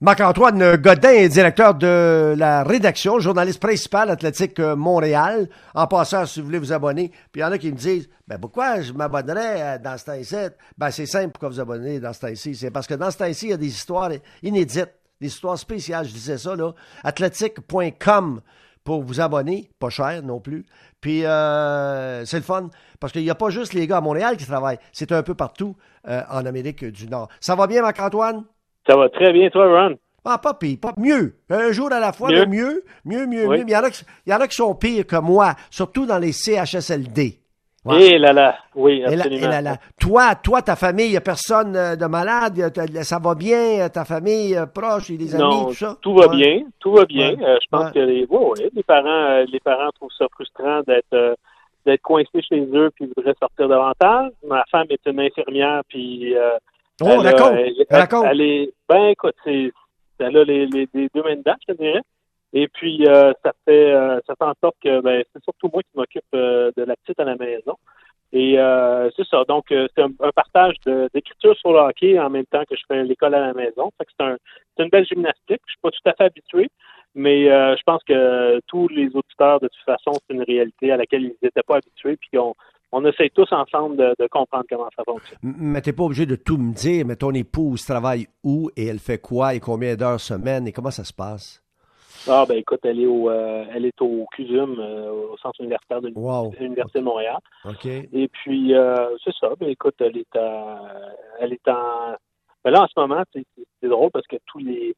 Marc-Antoine Godin est directeur de la rédaction, journaliste principal Athlétique Montréal. En passant, si vous voulez vous abonner, puis il y en a qui me disent pourquoi je m'abonnerais dans ce temps-ci? C'est simple pourquoi vous abonner dans ce temps-ci. C'est parce que dans ce temps-ci, il y a des histoires inédites, des histoires spéciales. Je disais ça, là. Athlétique.com pour vous abonner, pas cher non plus. Puis c'est le fun, parce qu'il n'y a pas juste les gars à Montréal qui travaillent, c'est un peu partout en Amérique du Nord. Ça va bien, Marc-Antoine? Ça va très bien, toi, Ron? Ah, pas pire, pas mieux. Un jour à la fois, mais mieux. Oui. Il y en a qui sont pires que moi, surtout dans les CHSLD. Ouais. Et là là, oui, absolument. Et là. Toi, ta famille, il n'y a personne de malade, ça va bien, ta famille proche, les amis, non, tout ça? Tout va bien. Ouais. Je pense que les parents trouvent ça frustrant d'être coincés chez eux puis voudraient sortir davantage. Ma femme est une infirmière puis raconte. Elle est, écoute, elle a les deux mains dedans, je te dirais. Et puis, ça fait en sorte que c'est surtout moi qui m'occupe de la petite à la maison. Et c'est ça. Donc, c'est un partage d'écriture sur le hockey en même temps que je fais l'école à la maison. Fait que c'est une belle gymnastique. Je suis pas tout à fait habitué, mais je pense que tous les auditeurs, de toute façon, c'est une réalité à laquelle ils n'étaient pas habitués. Puis on essaie tous ensemble de comprendre comment ça fonctionne. Mais t'es pas obligé de tout me dire, mais ton épouse travaille où et elle fait quoi et combien d'heures semaine et comment ça se passe? Ah, écoute, elle est au CUSUM, au Centre universitaire de l'Université de Montréal. OK. Et puis, c'est ça. Écoute, elle est en... là, en ce moment, c'est drôle parce que tous les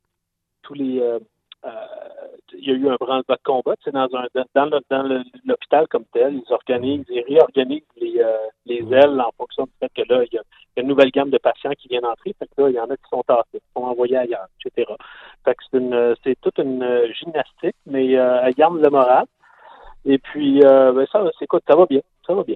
il y a eu un branle-bas de combat. C'est dans l'hôpital comme tel, ils réorganisent les ailes en fonction du fait que là, il y a une nouvelle gamme de patients qui viennent entrer. Fait que là, il y en a qui sont tassés, qui sont envoyés ailleurs, etc. Fait que c'est toute une gymnastique, mais elle garde le moral. Et puis, écoute, ça va bien.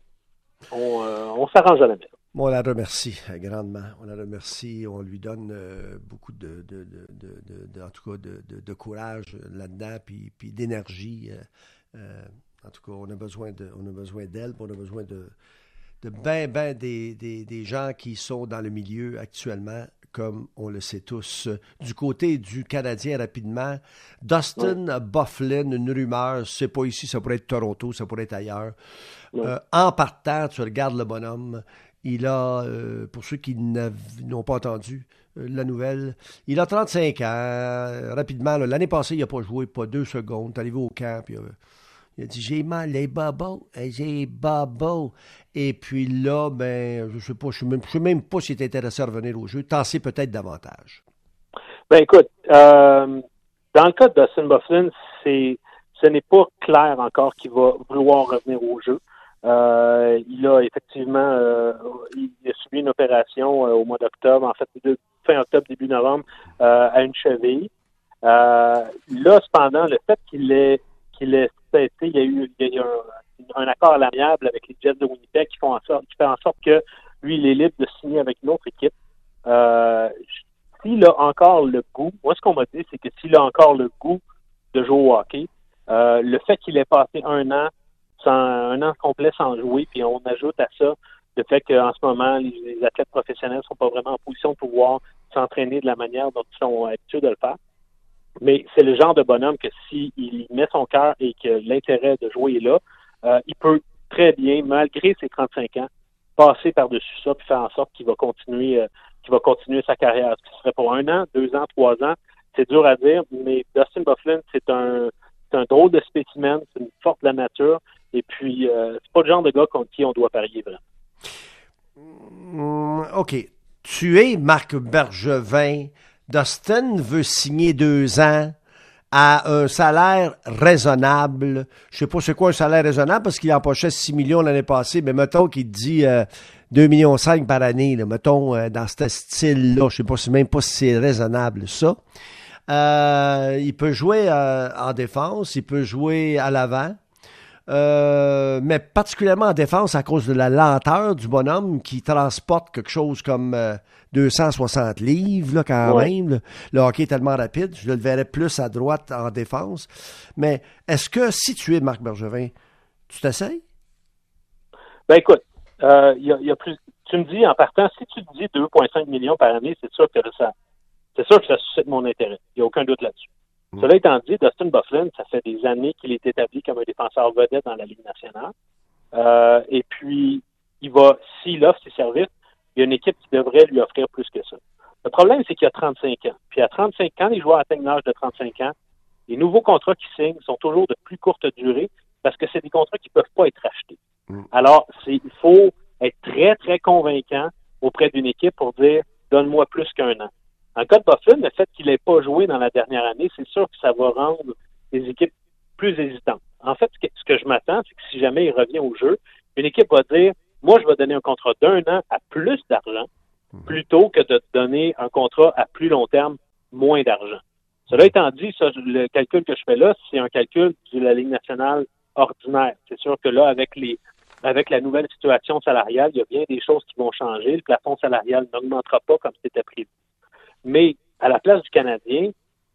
On s'arrange à la maison. On la remercie grandement. On la remercie. On lui donne beaucoup en tout cas, de courage là-dedans, puis d'énergie. En tout cas, on a besoin d'elle, on a besoin de des gens qui sont dans le milieu actuellement, comme on le sait tous. Du côté du Canadien, rapidement, Dustin Byfuglien, une rumeur, c'est pas ici, ça pourrait être Toronto, ça pourrait être ailleurs. En partant, tu regardes le bonhomme. Il a, pour ceux qui n'ont pas entendu la nouvelle, il a 35 ans. Rapidement, l'année passée, il n'a pas joué, pas 2 secondes. Il est arrivé au camp, puis il a dit « J'ai mal, les bobos, j'ai bobos. » Et puis là, je sais pas, je sais même pas s'il est intéressé à revenir au jeu. T'en sais peut-être davantage. Écoute, dans le cas de Dustin Byfuglien, ce n'est pas clair encore qu'il va vouloir revenir au jeu. Il a effectivement il a subi une opération au mois d'octobre, en fait fin octobre, début novembre, à une cheville. Là, cependant, le fait qu'il ait cessé, il y a eu un accord à l'amiable avec les Jets de Winnipeg qui fait en sorte que lui, il est libre de signer avec une autre équipe. S'il a encore le goût, moi ce qu'on m'a dit, c'est que s'il a encore le goût de jouer au hockey, le fait qu'il ait passé un an complet sans jouer, puis on ajoute à ça le fait qu'en ce moment, les athlètes professionnels ne sont pas vraiment en position de pouvoir s'entraîner de la manière dont ils sont habitués de le faire. Mais c'est le genre de bonhomme que s'il met son cœur et que l'intérêt de jouer est là, il peut très bien, malgré ses 35 ans, passer par-dessus ça puis faire en sorte qu'il va continuer sa carrière. Ce qui serait pour 1 an, 2 ans, 3 ans, c'est dur à dire, mais Dustin Byfuglien, c'est un drôle de spécimen, c'est une force de la nature, et puis c'est pas le genre de gars contre qui on doit parier vraiment. OK. Tu es Marc Bergevin. Dustin veut signer 2 ans à un salaire raisonnable. Je sais pas c'est quoi un salaire raisonnable parce qu'il empochait 6 millions l'année passée, mais mettons qu'il dit 2,5 millions par année, là, mettons dans ce style-là. Je sais pas même pas si c'est raisonnable, ça. Il peut jouer en défense, il peut jouer à l'avant. Mais particulièrement en défense à cause de la lenteur du bonhomme qui transporte quelque chose comme 260 livres là, quand même. Là. Le hockey est tellement rapide, je le verrais plus à droite en défense. Mais est-ce que si tu es Marc Bergevin, tu t'essayes? Écoute, y a plus. Tu me dis en partant, si tu te dis 2,5 millions par année, c'est sûr que ça c'est sûr que ça suscite mon intérêt. Il n'y a aucun doute là-dessus. Cela étant dit, Dustin Byfuglien, ça fait des années qu'il est établi comme un défenseur vedette dans la Ligue nationale. Et puis, s'il offre ses services, il y a une équipe qui devrait lui offrir plus que ça. Le problème, c'est qu'il a 35 ans. Puis à 35 ans, les joueurs atteignent l'âge de 35 ans. Les nouveaux contrats qu'ils signent sont toujours de plus courte durée parce que c'est des contrats qui ne peuvent pas être achetés. Alors, il faut être très, très convaincant auprès d'une équipe pour dire « donne-moi plus qu'un an ». En cas de Byfuglien, le fait qu'il n'ait pas joué dans la dernière année, c'est sûr que ça va rendre les équipes plus hésitantes. En fait, ce que je m'attends, c'est que si jamais il revient au jeu, une équipe va dire « moi, je vais donner un contrat d'1 an à plus d'argent » plutôt que de donner un contrat à plus long terme, moins d'argent. Cela étant dit, le calcul que je fais là, c'est un calcul de la Ligue nationale ordinaire. C'est sûr que là, avec la nouvelle situation salariale, il y a bien des choses qui vont changer. Le plafond salarial n'augmentera pas comme c'était prévu. Mais à la place du Canadien,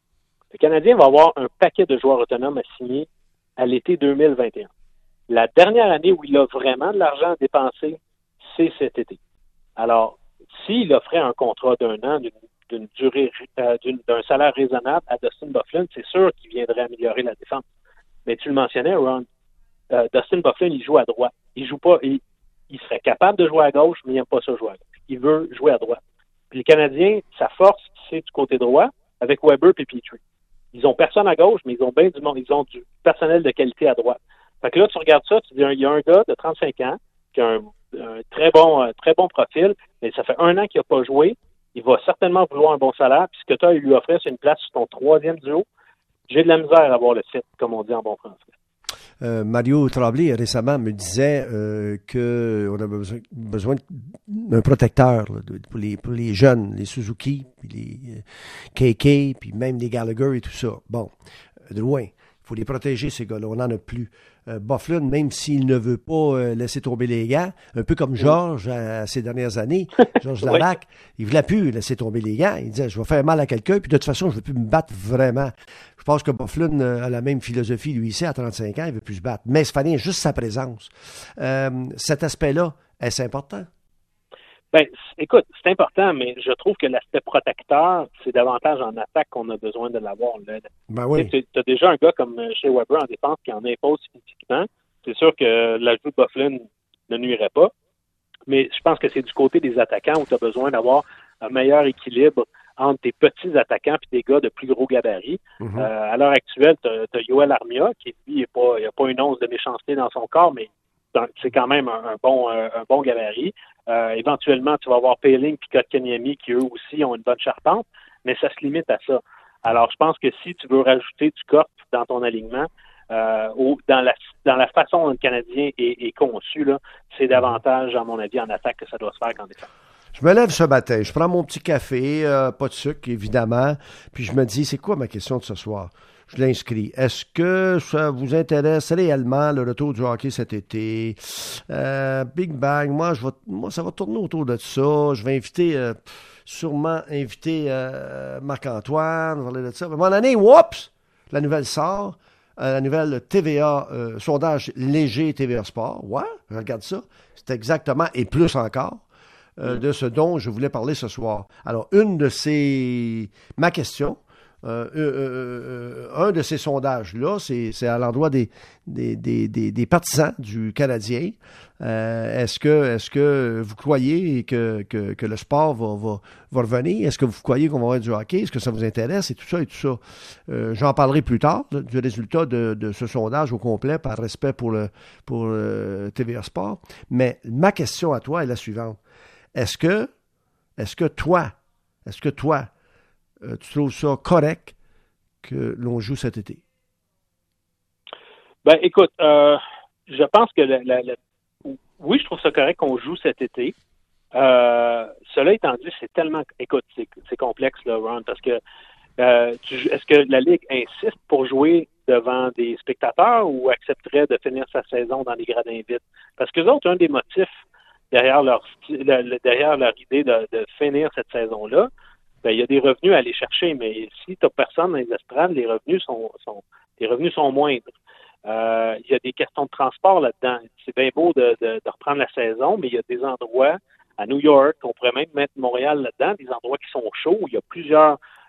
le Canadien va avoir un paquet de joueurs autonomes à signer à l'été 2021. La dernière année où il a vraiment de l'argent à dépenser, c'est cet été. Alors, s'il offrait un contrat d'1 an, d'une durée, d'un salaire raisonnable à Dustin Byfuglien, c'est sûr qu'il viendrait améliorer la défense. Mais tu le mentionnais, Ron, Dustin Byfuglien, il joue à droite. Il joue pas, il serait capable de jouer à gauche, mais il n'aime pas ça jouer à gauche. Il veut jouer à droite. Puis les Canadiens, sa force, c'est du côté droit, avec Weber et Petrie. Ils ont personne à gauche, mais ils ont bien du monde, ils ont du personnel de qualité à droite. Fait que là, tu regardes ça, tu dis, il y a un gars de 35 ans qui a un très bon profil, mais ça fait 1 an qu'il n'a pas joué. Il va certainement vouloir un bon salaire. Puis ce que tu as à lui offrir, c'est une place sur ton 3e duo. J'ai de la misère à avoir le fit, comme on dit en bon français. Mario Tremblay récemment me disait qu'on a besoin d'un protecteur là, pour les jeunes, les Suzuki, puis les KK, puis même les Gallagher et tout ça. Bon, de loin. Il faut les protéger, ces gars-là. On n'en a plus. Byfuglien, même s'il ne veut pas laisser tomber les gants, un peu comme Georges ces dernières années, Georges Larac, il ne voulait plus laisser tomber les gants. Il disait, je vais faire mal à quelqu'un, puis de toute façon, je ne veux plus me battre vraiment. Je pense que Byfuglien a la même philosophie, lui, ici, à 35 ans, il ne veut plus se battre. Mais il fallait juste sa présence. Cet aspect-là, est-ce important? Ben, écoute, c'est important, mais je trouve que l'aspect protecteur, c'est davantage en attaque qu'on a besoin de l'avoir. Ben oui. Tu as déjà un gars comme chez Weber en défense qui en impose physiquement. C'est sûr que l'ajout de Byfuglien ne nuirait pas, mais je pense que c'est du côté des attaquants où tu as besoin d'avoir un meilleur équilibre entre tes petits attaquants et des gars de plus gros gabarits. À l'heure actuelle, tu as Yoel Armia, qui lui, il n'a pas une once de méchanceté dans son corps, mais c'est quand même un bon gabarit. Éventuellement, tu vas avoir Poehling et Kotkaniemi qui, eux aussi, ont une bonne charpente, mais ça se limite à ça. Alors, je pense que si tu veux rajouter du corps dans ton alignement, ou dans la façon dont le Canadien est conçu, là, c'est davantage, à mon avis, en attaque que ça doit se faire qu'en défense. Je me lève ce matin, je prends mon petit café, pas de sucre, évidemment, puis je me dis, c'est quoi ma question de ce soir? Je l'inscris. Est-ce que ça vous intéresse réellement le retour du hockey cet été? Big Bang, moi, ça va tourner autour de ça. Je vais sûrement inviter Marc-Antoine, parler de ça. À un moment donné, whoops! La nouvelle sort. La nouvelle TVA, sondage léger TVA Sport. Ouais, je regarde ça. C'est exactement, et plus encore, de ce dont je voulais parler ce soir. Alors, ma question, un de ces sondages-là, c'est à l'endroit des partisans du Canadien. Est-ce que vous croyez que le sport va revenir? Est-ce que vous croyez qu'on va avoir du hockey? Est-ce que ça vous intéresse? Et tout ça et tout ça. J'en parlerai plus tard du résultat de ce sondage au complet par respect pour TVA Sport. Mais ma question à toi est la suivante. Est-ce que toi, tu trouves ça correct que l'on joue cet été? Ben, écoute, je pense que oui, je trouve ça correct qu'on joue cet été. Cela étant dit, c'est tellement... Écoute, c'est complexe, là, Ron, parce que est-ce que la Ligue insiste pour jouer devant des spectateurs ou accepterait de finir sa saison dans les gradins vides? Parce que autres, un des motifs derrière leur idée de finir cette saison-là, ben, il y a des revenus à aller chercher, mais si tu n'as personne dans les estrades, les revenus sont moindres. Il y a des questions de transport là-dedans. C'est bien beau de reprendre la saison, mais il y a des endroits à New York, on pourrait même mettre Montréal là-dedans, des endroits qui sont chauds, où il y a plusieurs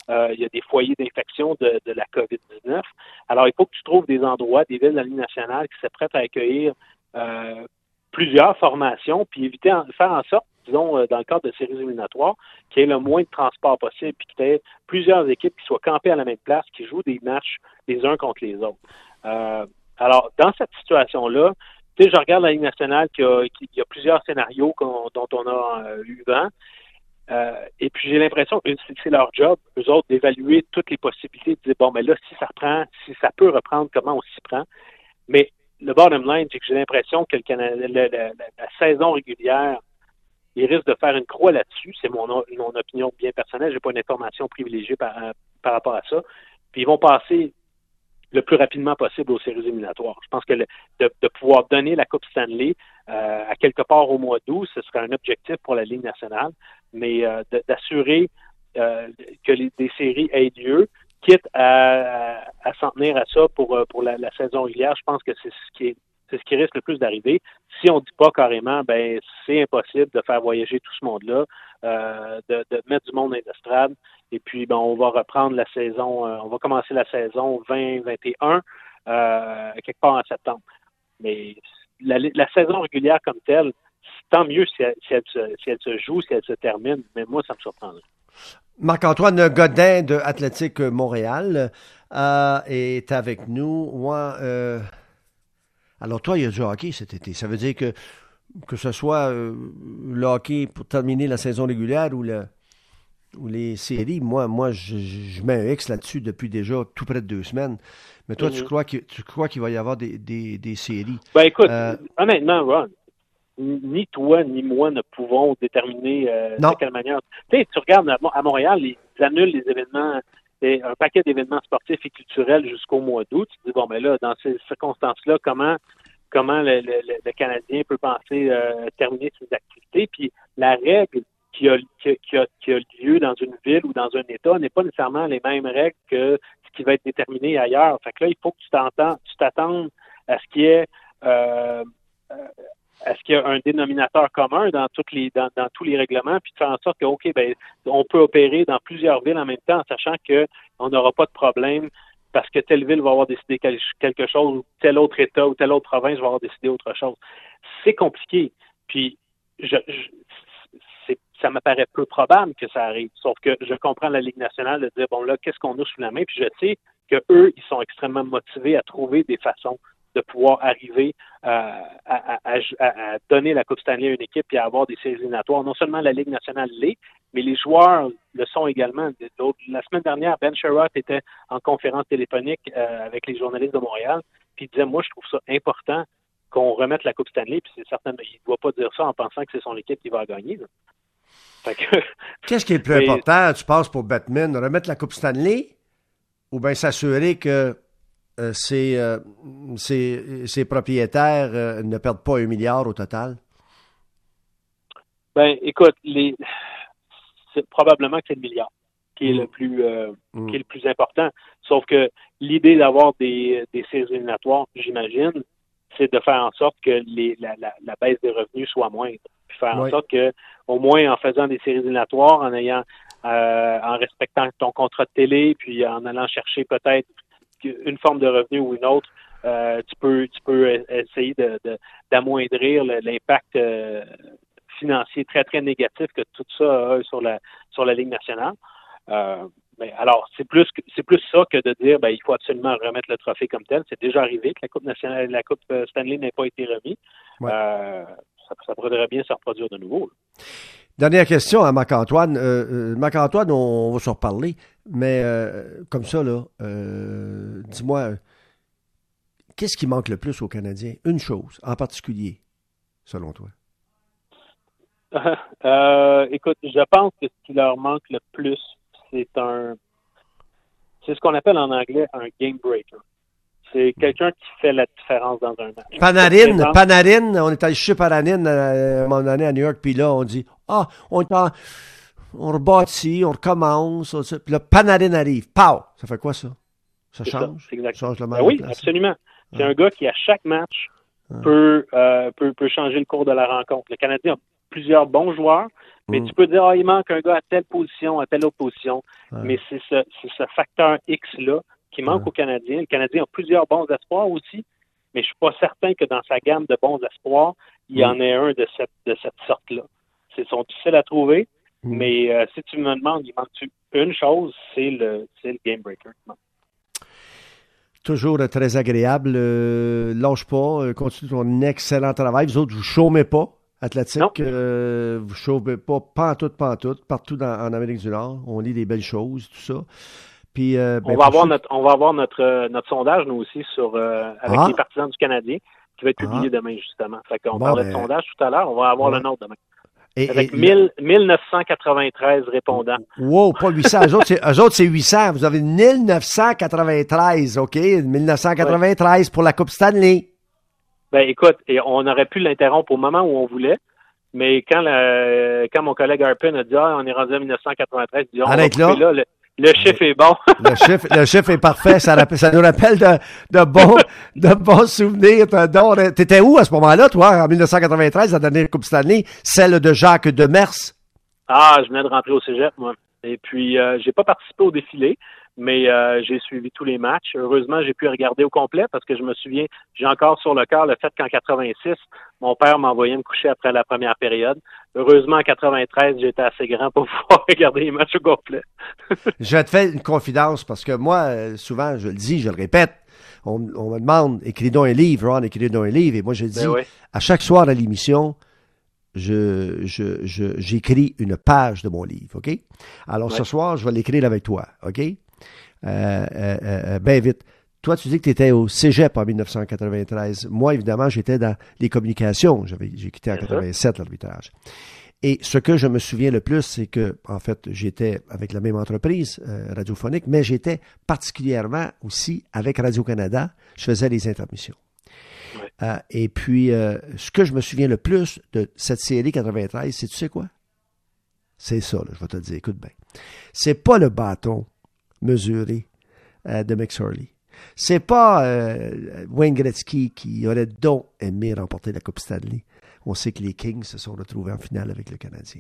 il y a des foyers d'infection de la COVID-19. Alors, il faut que tu trouves des endroits, des villes de la Ligue nationale qui seraient prêtes à accueillir plusieurs formations, puis faire en sorte, disons, dans le cadre de séries éliminatoires, qu'il y ait le moins de transport possible, puis qu'il y ait plusieurs équipes qui soient campées à la même place, qui jouent des matchs les uns contre les autres. Alors, dans cette situation-là, tu sais, je regarde la Ligue nationale qu'il y a plusieurs scénarios dont on a eu vent. Et puis j'ai l'impression que c'est leur job, eux autres, d'évaluer toutes les possibilités, de dire bon, mais là, si ça peut reprendre, comment on s'y prend. Mais le bottom line, c'est que j'ai l'impression que la saison régulière, il risque de faire une croix là-dessus. C'est mon opinion bien personnelle. J'ai pas une information privilégiée par rapport à ça. Puis ils vont passer le plus rapidement possible aux séries éliminatoires. Je pense que de pouvoir donner la Coupe Stanley à quelque part au mois d'août, ce serait un objectif pour la Ligue nationale, mais d'assurer que des séries aient lieu, quitte à s'en tenir à ça pour la saison régulière. Je pense que c'est ce qui risque le plus d'arriver. Si on ne dit pas carrément, ben c'est impossible de faire voyager tout ce monde-là, de mettre du monde dans les estrades. Et puis, ben, on va reprendre la saison, on va commencer la saison 2021 quelque part en septembre. Mais la saison régulière comme telle, tant mieux si elle se joue, si elle se termine. Mais moi, ça me surprendrait. Marc-Antoine Godin de Athlétique Montréal est avec nous. Alors, toi, il y a du hockey cet été. Ça veut dire que ce soit le hockey pour terminer la saison régulière ou les séries, moi je mets un X là-dessus depuis déjà tout près de 2 semaines. Mais toi, tu crois qu'il va y avoir des séries? Ben écoute, honnêtement, Ron, ni toi ni moi ne pouvons déterminer de quelle manière. Tu sais, tu regardes à Montréal, ils annulent les événements, un paquet d'événements sportifs et culturels jusqu'au mois d'août. Tu te dis, bon, ben là, dans ces circonstances-là, comment le Canadien peut penser terminer ses activités? Puis la règle qui a lieu dans une ville ou dans un État n'est pas nécessairement les mêmes règles que ce qui va être déterminé ailleurs. Fait que là, il faut que tu t'attendes à ce qu'il y ait un dénominateur commun dans tous les règlements, puis de faire en sorte que, OK, ben, on peut opérer dans plusieurs villes en même temps, en sachant qu'on n'aura pas de problème parce que telle ville va avoir décidé quelque chose, ou tel autre État ou telle autre province va avoir décidé autre chose. C'est compliqué. Puis, ça me paraît peu probable que ça arrive. Sauf que je comprends la Ligue nationale de dire, bon là, qu'est-ce qu'on a sous la main? Puis je sais qu'eux, ils sont extrêmement motivés à trouver des façons de pouvoir arriver à donner la Coupe Stanley à une équipe et à avoir des séries éliminatoires. Non seulement la Ligue nationale l'est, mais les joueurs le sont également. La semaine dernière, Ben Sherratt était en conférence téléphonique avec les journalistes de Montréal, puis il disait, moi, je trouve ça important qu'on remette la Coupe Stanley, puis c'est certain, il ne doit pas dire ça en pensant que c'est son équipe qui va gagner. Là. Qu'est-ce qui est le plus important, tu penses, pour Batman? Remettre la Coupe Stanley ou bien s'assurer que ses propriétaires ne perdent pas 1 milliard au total? Ben, écoute, c'est probablement que c'est le milliard qui est le plus important. Sauf que l'idée d'avoir des séries éliminatoires, j'imagine, c'est de faire en sorte que la baisse des revenus soit moindre. Puis faire en sorte que, au moins en faisant des séries éliminatoires, en respectant ton contrat de télé, puis en allant chercher peut-être une forme de revenu ou une autre, tu peux essayer d'amoindrir l'impact financier très, très négatif que tout ça a sur la Ligue nationale. Mais alors, c'est plus ça que de dire il faut absolument remettre le trophée comme tel. C'est déjà arrivé que la Coupe nationale, la Coupe Stanley n'ait pas été remise. Ouais. Ça pourrait bien se reproduire de nouveau. Là. Dernière question à Marc-Antoine. Marc-Antoine, on va se reparler, mais comme ça, là, dis-moi, qu'est-ce qui manque le plus aux Canadiens? Une chose en particulier, selon toi? Écoute, je pense que ce qui leur manque le plus, c'est ce qu'on appelle en anglais un game breaker. C'est quelqu'un qui fait la différence dans un match. Panarin, on est allé chez Panarin à un moment donné à New York, puis là, on dit, on rebâtit, on recommence, puis là, Panarin arrive. Pow! Ça fait quoi, ça? Ça change? C'est exactement. Change le match. Oui, absolument. C'est un gars qui, à chaque match, peut changer le cours de la rencontre. Le Canadien a plusieurs bons joueurs, mais tu peux dire, il manque un gars à telle position, à telle autre position. Mais c'est ce facteur X-là qui manque au Canadien. Le Canadien a plusieurs bons espoirs aussi, mais je suis pas certain que dans sa gamme de bons espoirs, il y en ait un de cette sorte-là. Ils sont difficiles à trouver, mais si tu me demandes, il manque une chose, c'est le game breaker. Toujours très agréable. Lâche pas. Continue ton excellent travail. Vous autres, vous ne chômez pas. Atlantique, vous ne chômez pas pantoute. Partout en Amérique du Nord. On lit des belles choses, tout ça. Puis, on va avoir notre sondage, nous aussi, avec les partisans du Canadien, qui va être publié demain, justement. Fait qu'on parlait de sondage tout à l'heure. On va avoir le nôtre demain. Avec 1993 répondants. Wow, pas 800. Eux autres, c'est 800. Vous avez 1993, OK? 1993 pour la Coupe Stanley. Ben, écoute, on aurait pu l'interrompre au moment où on voulait, mais quand mon collègue Harpin a dit, on est rendu à 1993, disons, arrête là. Le chiffre est bon. le chiffre est parfait. Ça nous rappelle de bons souvenirs. T'étais où à ce moment-là, toi, en 1993, la dernière Coupe Stanley, celle de Jacques Demers? Je venais de rentrer au cégep, moi. Et puis, j'ai pas participé au défilé, mais j'ai suivi tous les matchs. Heureusement, j'ai pu regarder au complet parce que je me souviens, j'ai encore sur le cœur le fait qu'en 86, mon père m'envoyait me coucher après la première période. Heureusement, en 93, j'étais assez grand pour pouvoir regarder les matchs au complet. Je vais te faire une confidence parce que moi, souvent, je le dis, je le répète, on me demande, écris donc un livre, Ron, écris donc un livre. Et moi, je dis, à chaque soir à l'émission, j'écris une page de mon livre, OK? Alors, ce soir, je vais l'écrire avec toi, OK? Ben vite. Toi, tu dis que tu étais au cégep en 1993. Moi, évidemment, j'étais dans les communications. J'ai quitté en 87 l'arbitrage. Et ce que je me souviens le plus, c'est que, en fait, j'étais avec la même entreprise radiophonique, mais j'étais particulièrement aussi avec Radio-Canada. Je faisais les intermissions. Et puis, ce que je me souviens le plus de cette série 93, c'est, tu sais quoi? C'est ça, là, je vais te le dire, écoute bien. C'est pas le bâton mesuré de McSorley. C'est pas Wayne Gretzky qui aurait donc aimé remporter la Coupe Stanley. On sait que les Kings se sont retrouvés en finale avec le Canadien.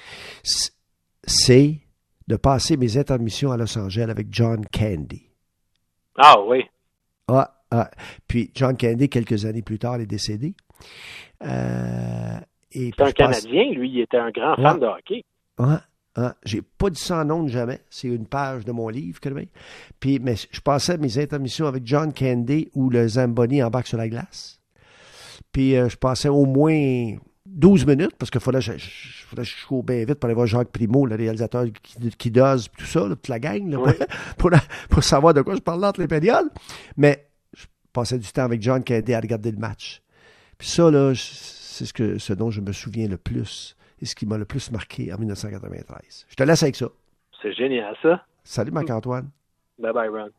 C'est de passer mes intermissions à Los Angeles avec John Candy. Ah oui. Puis John Candy, quelques années plus tard, est décédé. C'est un Canadien, lui, il était un grand fan de hockey. J'ai pas dit ça en ondes jamais. C'est une page de mon livre, Puis, mais je passais mes intermissions avec John Candy où le Zamboni embarque sur la glace. Puis, je passais au moins 12 minutes parce qu'il fallait que je cours bien vite pour aller voir Jacques Primo, le réalisateur qui dose tout ça, toute la gang, là, pour savoir de quoi je parlais entre les périodes. Mais je passais du temps avec John Candy à regarder le match. Puis ça, là, c'est ce dont je me souviens le plus. Et ce qui m'a le plus marqué en 1993. Je te laisse avec ça. C'est génial, ça. Salut, Marc-Antoine. Bye-bye, Ron.